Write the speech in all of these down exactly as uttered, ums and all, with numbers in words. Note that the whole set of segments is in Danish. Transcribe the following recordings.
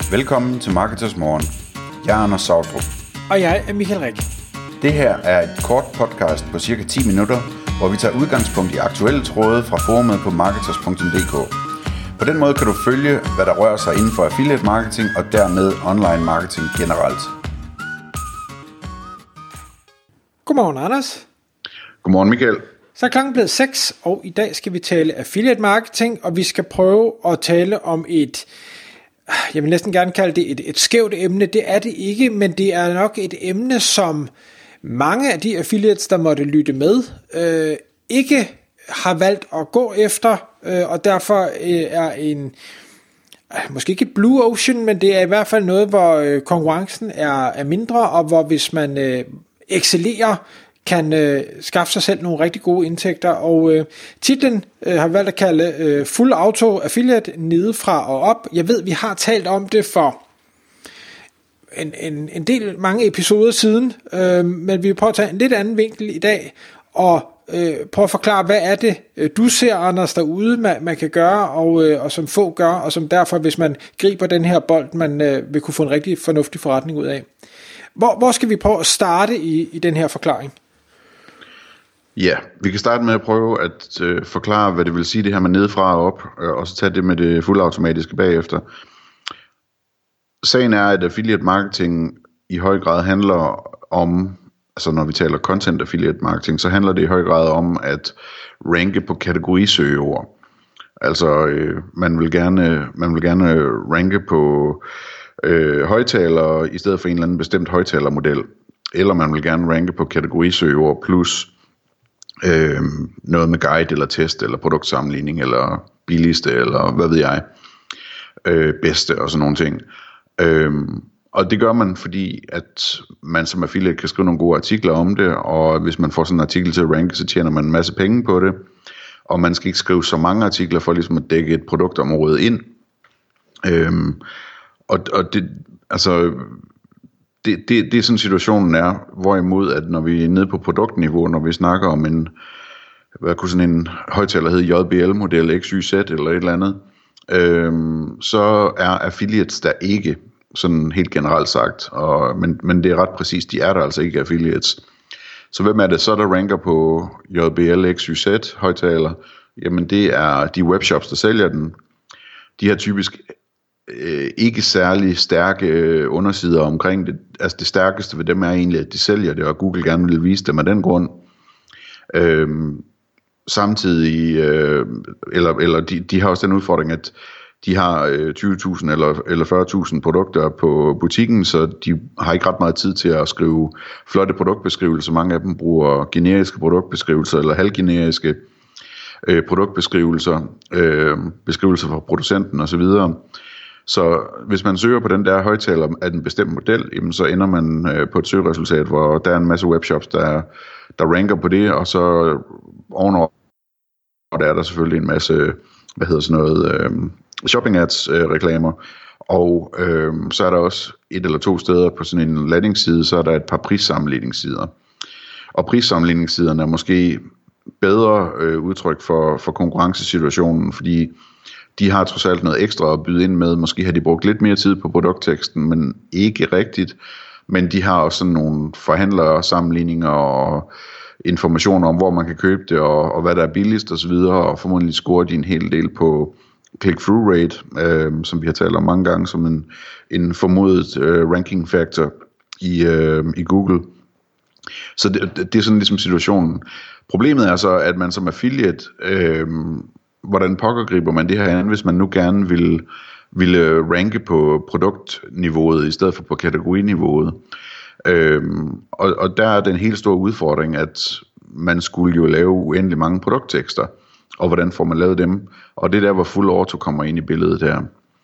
Velkommen til Marketers Morgen. Jeg er Anders Sautrup. Og jeg er Michael Rik. Det her er et kort podcast på cirka ti minutter, hvor vi tager udgangspunkt i aktuelle tråde fra forumet på marketers punktum d k. På den måde kan du følge, hvad der rører sig inden for affiliate marketing og dermed online marketing generelt. Godmorgen, Anders. Godmorgen, Michael. Så er klokken blevet seks, og i dag skal vi tale affiliate marketing, og vi skal prøve at tale om et, jeg vil næsten gerne kalde det et, et skævt emne. Det er det ikke, men det er nok et emne, som mange af de affiliates, der måtte lytte med, øh, ikke har valgt at gå efter, øh, og derfor øh, er en, øh, måske ikke blue ocean, men det er i hvert fald noget, hvor øh, konkurrencen er, er mindre, og hvor hvis man øh, excellerer, kan øh, skaffe sig selv nogle rigtig gode indtægter, og øh, titlen øh, har vi valgt at kalde øh, Full Auto Affiliate nedefra og op. Jeg ved, vi har talt om det for en, en, en del, mange episoder siden, øh, men vi vil prøve at tage en lidt anden vinkel i dag, og øh, prøve at forklare, hvad er det, øh, du ser, Anders, derude, man, man kan gøre, og, øh, og som få gør, og som derfor, hvis man griber den her bold, man øh, vil kunne få en rigtig fornuftig forretning ud af. Hvor, hvor skal vi prøve at starte i, i den her forklaring? Ja, vi kan starte med at prøve at øh, forklare, hvad det vil sige det her med nedefra og op, øh, og så tage det med det fuldautomatiske bagefter. Sagen er, at affiliate marketing i høj grad handler om, altså når vi taler content affiliate marketing, så handler det i høj grad om at ranke på kategorisøgeord. Altså øh, man vil gerne man vil gerne ranke på øh, højtalere i stedet for en eller anden bestemt højtalermodel, eller man vil gerne ranke på kategorisøgeord plus Øh, noget med guide eller test eller produktsammenligning eller billigste eller hvad ved jeg, øh, bedste og sådan nogle ting. Øh, og det gør man, fordi at man som affiliate kan skrive nogle gode artikler om det, og hvis man får sådan en artikel til at ranke, så tjener man en masse penge på det, og man skal ikke skrive så mange artikler for ligesom at dække et produktområde ind. Øh, og, og det, altså Det, det, det er sådan situationen er, hvorimod at når vi er nede på produktniveau, når vi snakker om en, hvad kunne sådan en højtaler hedde, J B L-model, X Y Z eller et eller andet, øhm, så er affiliates der ikke, sådan helt generelt sagt, og, men, men det er ret præcist, de er der altså ikke affiliates. Så hvem er det så, der ranker på J B L, X Y Z højtaler? Jamen det er de webshops, der sælger den. De har typisk Øh, ikke særlig stærke øh, undersider omkring det. Altså det stærkeste ved dem er egentlig, at de sælger det, og Google gerne vil vise dem af den grund. Øh, samtidig, øh, eller, eller de, de har også den udfordring, at de har øh, tyve tusind eller, eller fyrre tusind produkter på butikken, så de har ikke ret meget tid til at skrive flotte produktbeskrivelser. Mange af dem bruger generiske produktbeskrivelser, eller halvgeneriske øh, produktbeskrivelser, øh, beskrivelser fra producenten osv., så hvis man søger på den der højtaler af en bestemt model, jamen så ender man øh, på et søgeresultat, hvor der er en masse webshops, der, der ranker på det, og så ovenover, og der er der selvfølgelig en masse, hvad hedder sådan noget, øh, shopping ads øh, reklamer, og øh, så er der også et eller to steder på sådan en landingsside, så er der et par prissammenligningssider. Og prissammenligningssiderne er måske bedre øh, udtryk for, for konkurrencesituationen, fordi de har trods alt noget ekstra at byde ind med. Måske har de brugt lidt mere tid på produktteksten, men ikke rigtigt. Men de har også sådan nogle forhandlere, sammenligninger og informationer om, hvor man kan købe det, og, og hvad der er billigst osv., og formodentlig scorer de en hel del på click-through rate, øh, som vi har talt om mange gange, som en, en formodet øh, ranking factor i, øh, i Google. Så det, det er sådan ligesom situationen. Problemet er så, at man som affiliate, øh, hvordan pokker griber man det her an, hvis man nu gerne vil, vil ranke på produktniveauet i stedet for på kategoriniveauet. Øhm, og, og der er den helt store udfordring, at man skulle jo lave uendelig mange produkttekster, og hvordan får man lavet dem, og det er der, hvor Full Auto kommer ind i billedet her.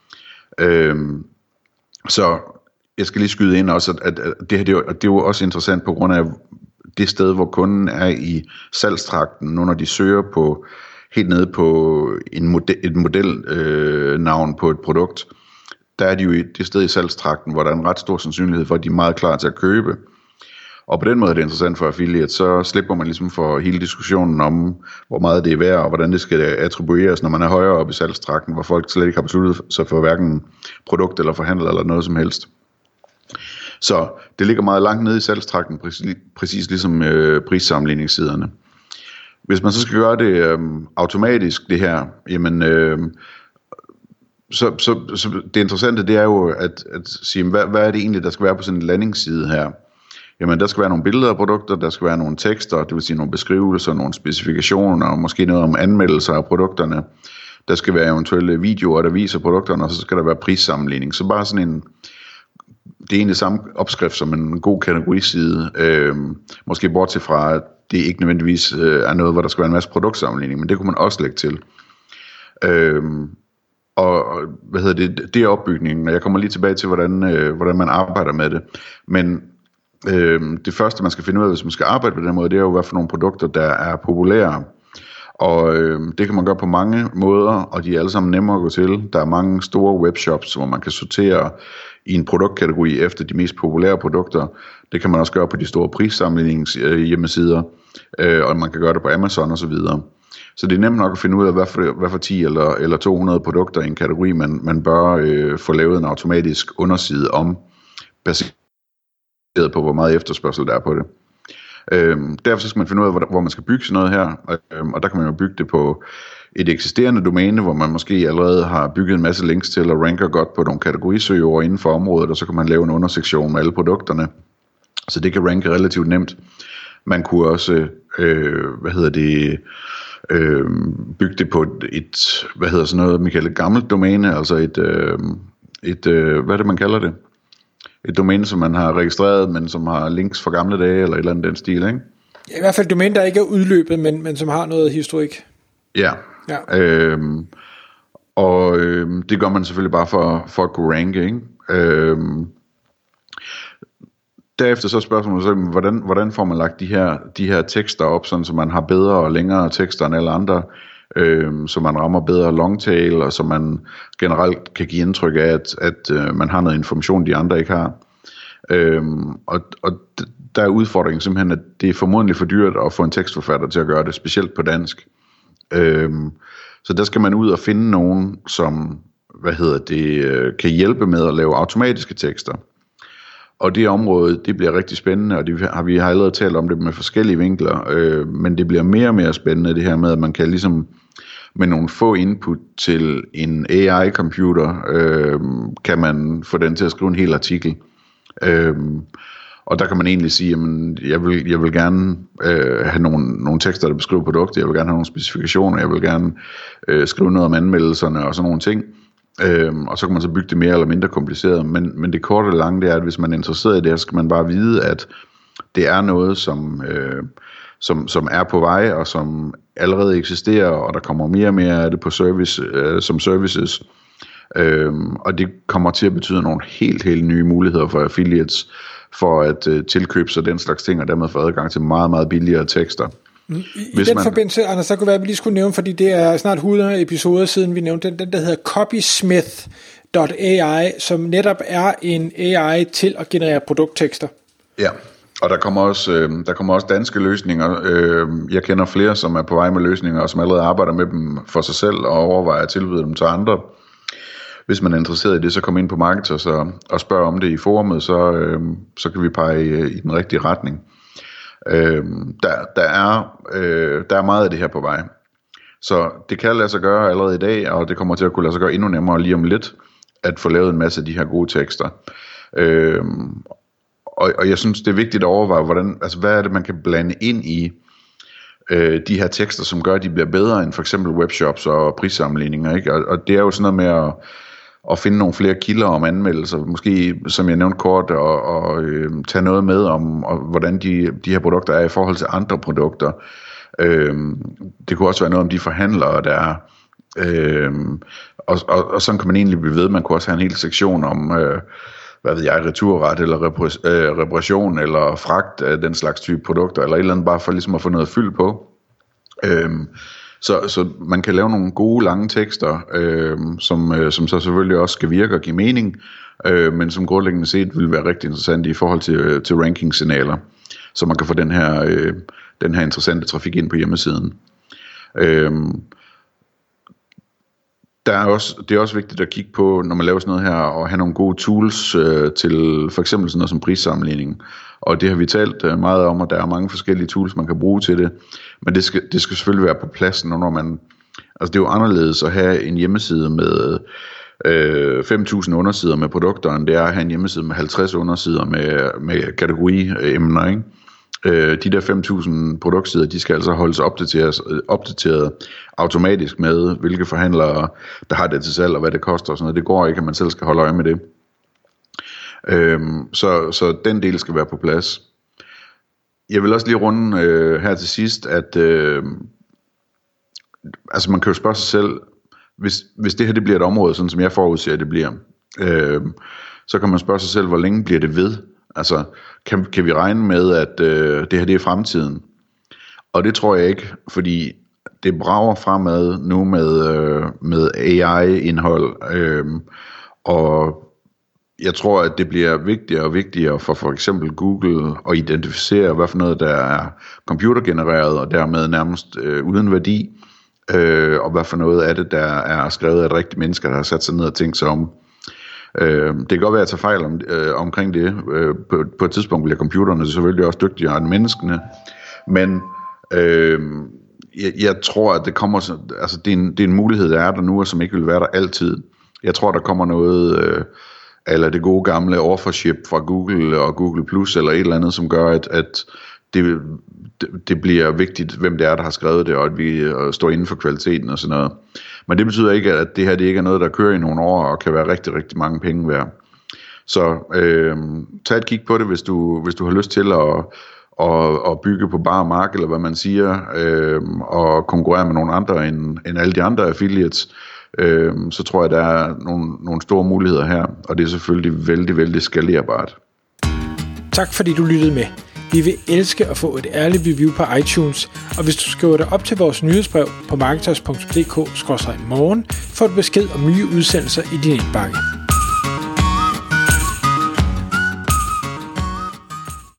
Øhm, så jeg skal lige skyde ind også, at, at det her det er, jo, det er jo også interessant på grund af det sted, hvor kunden er i salgstrakten, nu når de søger på helt nede på en model, et modelnavn øh, på et produkt, der er de jo i det sted i salgstrakten, hvor der er en ret stor sandsynlighed for, at de er meget klar til at købe. Og på den måde er det interessant for affiliate, så slipper man ligesom for hele diskussionen om, hvor meget det er værd, og hvordan det skal attribueres, når man er højere oppe i salgstrakten, hvor folk slet ikke har besluttet sig for hverken produkt eller forhandler eller noget som helst. Så det ligger meget langt nede i salgstrakten, præcis, præcis ligesom øh, prissammenligningssiderne. Hvis man så skal gøre det øh, automatisk, det her, jamen, øh, så, så, så det interessante, det er jo at, at sige, hvad, hvad er det egentlig, der skal være på sådan en landingsside her? Jamen, der skal være nogle billeder af produkter, der skal være nogle tekster, det vil sige nogle beskrivelser, nogle specifikationer, og måske noget om anmeldelser af produkterne. Der skal være eventuelle videoer, der viser produkterne, og så skal der være prissammenligning. Så bare sådan en, det er egentlig samme opskrift som en god kategoriside, øh, måske bortset fra, at det ikke nødvendigvis øh, er noget, hvor der skal være en masse produktsammenligning, men det kunne man også lægge til. Øh, og hvad hedder det, det er opbygningen, og jeg kommer lige tilbage til, hvordan, øh, hvordan man arbejder med det. Men øh, det første, man skal finde ud af, hvis man skal arbejde på den måde, det er jo, hvad for nogle produkter, der er populære. Og øh, det kan man gøre på mange måder, og de er alle sammen nemmere at gå til. Der er mange store webshops, hvor man kan sortere i en produktkategori efter de mest populære produkter. Det kan man også gøre på de store prissammenlignings øh, hjemmesider, øh, og man kan gøre det på Amazon og så videre. Så det er nemt nok at finde ud af, hvad for, hvad for ti eller, eller to hundrede produkter i en kategori, man, man bør øh, få lavet en automatisk underside om, baseret på, hvor meget efterspørgsel der er på det. Øhm, derfor skal man finde ud af, hvor, hvor man skal bygge sådan noget her, øhm, og der kan man jo bygge det på et eksisterende domæne, hvor man måske allerede har bygget en masse links til og ranker godt på nogle kategorisøgeord inden for området, og så kan man lave en undersektion med alle produkterne, så det kan ranke relativt nemt. Man kunne også, øh, hvad hedder det, øh, bygge det på et, et, hvad hedder sådan noget, Michael, et gammelt domæne, altså et, øh, et øh, hvad er det, man kalder det? Et domæne, som man har registreret, men som har links fra gamle dage, eller et eller andet den stil, ikke? Ja, i hvert fald et domæne, der ikke er udløbet, men, men som har noget historik. Ja, ja. Øhm, og øhm, det gør man selvfølgelig bare for, for at kunne ranke, ikke? Øhm, derefter så er spørgsmålet så, hvordan, hvordan får man lagt de her, de her tekster op, sådan, så man har bedre og længere tekster end alle andre, øhm, så man rammer bedre longtail, og så man generelt kan give indtryk af, at, at øh, man har noget information, de andre ikke har. Øhm, og, og der er udfordringen simpelthen, at det er formodentlig for dyrt at få en tekstforfatter til at gøre det, specielt på dansk. Øhm, så der skal man ud og finde nogen, som hvad hedder det, øh, kan hjælpe med at lave automatiske tekster. Og det område, det bliver rigtig spændende, og det har, vi har allerede talt om det med forskellige vinkler, øh, men det bliver mere og mere spændende, det her med, at man kan ligesom med nogle få input til en A I-computer, øh, kan man få den til at skrive en hel artikel. Øh, og der kan man egentlig sige, jamen, jeg vil, jeg vil gerne øh, have nogle, nogle tekster, der beskriver produkter, jeg vil gerne have nogle specifikationer, jeg vil gerne øh, skrive noget om anmeldelserne og sådan nogle ting. Øhm, og så kan man så bygge det mere eller mindre kompliceret, men, men det korte og lange, det er, at hvis man er interesseret i det her, så skal man bare vide, at det er noget, som, øh, som, som er på vej, og som allerede eksisterer, og der kommer mere og mere af det på service, øh, som services, øhm, og det kommer til at betyde nogle helt, helt nye muligheder for affiliates, for at øh, tilkøbe sig den slags ting, og dermed få adgang til meget, meget billigere tekster. I, i den man... forbindelse, Anders, så kunne være, at vi lige skulle nævne, fordi det er snart hundrede episoder siden, vi nævnte den, den der hedder copysmith punktum A I, som netop er en A I til at generere produkttekster. Ja, og der kommer også, øh, der kommer også danske løsninger. Øh, jeg kender flere, som er på vej med løsninger, og som allerede arbejder med dem for sig selv, og overvejer at tilbyde dem til andre. Hvis man er interesseret i det, så kom ind på Marketers og, og spørg om det i forumet, så, øh, så kan vi pege i, i den rigtige retning. Øh, der, der, er, øh, der er meget af det her på vej. Så det kan lade sig gøre allerede i dag, og det kommer til at kunne lade sig gøre endnu nemmere lige om lidt, at få lavet en masse af de her gode tekster. Øh, og, og jeg synes, det er vigtigt at overveje, hvordan, altså, hvad er det, man kan blande ind i øh, de her tekster, som gør, at de bliver bedre end for eksempel webshops og prissammenligninger. Ikke? Og, og det er jo sådan noget med at og finde nogle flere kilder om anmeldelser, måske, som jeg nævnte kort, og, og øh, tage noget med om, og, hvordan de, de her produkter er i forhold til andre produkter. Øh, det kunne også være noget om de forhandlere, der er. Øh, og, og, og sådan kan man egentlig blive ved. Man kunne også have en hel sektion om, øh, hvad ved jeg, returret, eller repre- øh, reparation, eller fragt af den slags type produkter, eller et eller andet, bare for ligesom at få noget fyld på. Øh, Så, så man kan lave nogle gode, lange tekster, øh, som, øh, som så selvfølgelig også skal virke og give mening, øh, men som grundlæggende set vil være rigtig interessant i forhold til, øh, til ranking-signaler. så man kan få den her, øh, den her interessante trafik ind på hjemmesiden. Øhm, der er også, det er også vigtigt at kigge på, når man laver sådan noget her, og have nogle gode tools øh, til for eksempel sådan noget som prissammenligning. Og det har vi talt øh, meget om, og der er mange forskellige tools, man kan bruge til det. Men det skal, det skal selvfølgelig være på plads, når man... Altså det er jo anderledes at have en hjemmeside med øh, fem tusind undersider med produkter, end det er at have en hjemmeside med halvtreds undersider med, med kategoriemner, ikke? Øh, de der fem tusind produktsider, de skal altså holdes opdateret, opdateret automatisk med, hvilke forhandlere, der har det til salg, og hvad det koster og sådan noget. Det går ikke, at man selv skal holde øje med det. Øh, så, så den del skal være på plads. Jeg vil også lige runde øh, her til sidst, at øh, altså man kan jo spørge sig selv, hvis, hvis det her det bliver et område, sådan som jeg forudser, det bliver, øh, så kan man spørge sig selv, hvor længe bliver det ved? Altså, kan, kan vi regne med, at øh, det her det er fremtiden? Og det tror jeg ikke, fordi det brager fremad nu med, øh, med A I-indhold, øh, og jeg tror, at det bliver vigtigere og vigtigere for for eksempel Google at identificere, hvad for noget, der er computergenereret, og dermed nærmest øh, uden værdi, øh, og hvad for noget af det, der er skrevet af et rigtigt mennesker, der har sat sig ned og tænkt sig om. Øh, det kan godt være, at jeg tager fejl om, øh, omkring det. Øh, på, på et tidspunkt bliver computerne selvfølgelig også dygtigere end menneskene, men øh, jeg, jeg tror, at det kommer, altså det er, en, det er en mulighed, der er der nu, og som ikke vil være der altid. Jeg tror, der kommer noget, øh, eller det gode gamle offership fra Google og Google Plus, eller et eller andet, som gør, at, at det, det bliver vigtigt, hvem det er, der har skrevet det, og at vi står inden for kvaliteten og sådan noget. Men det betyder ikke, at det her det ikke er noget, der kører i nogle år, og kan være rigtig, rigtig mange penge værd. Så øh, tag et kig på det, hvis du, hvis du har lyst til at, at, at bygge på bare mark, eller hvad man siger, øh, og konkurrere med nogle andre end, end alle de andre affiliates. Øh, så tror jeg, der er nogle, nogle store muligheder her, og det er selvfølgelig vældig, vældig skalerbart. Tak fordi du lyttede med. Vi vil elske at få et ærligt review på iTunes, og hvis du skriver dig op til vores nyhedsbrev på marketers punktum d k skråstreg morgen, får du besked om nye udsendelser i din indbakke.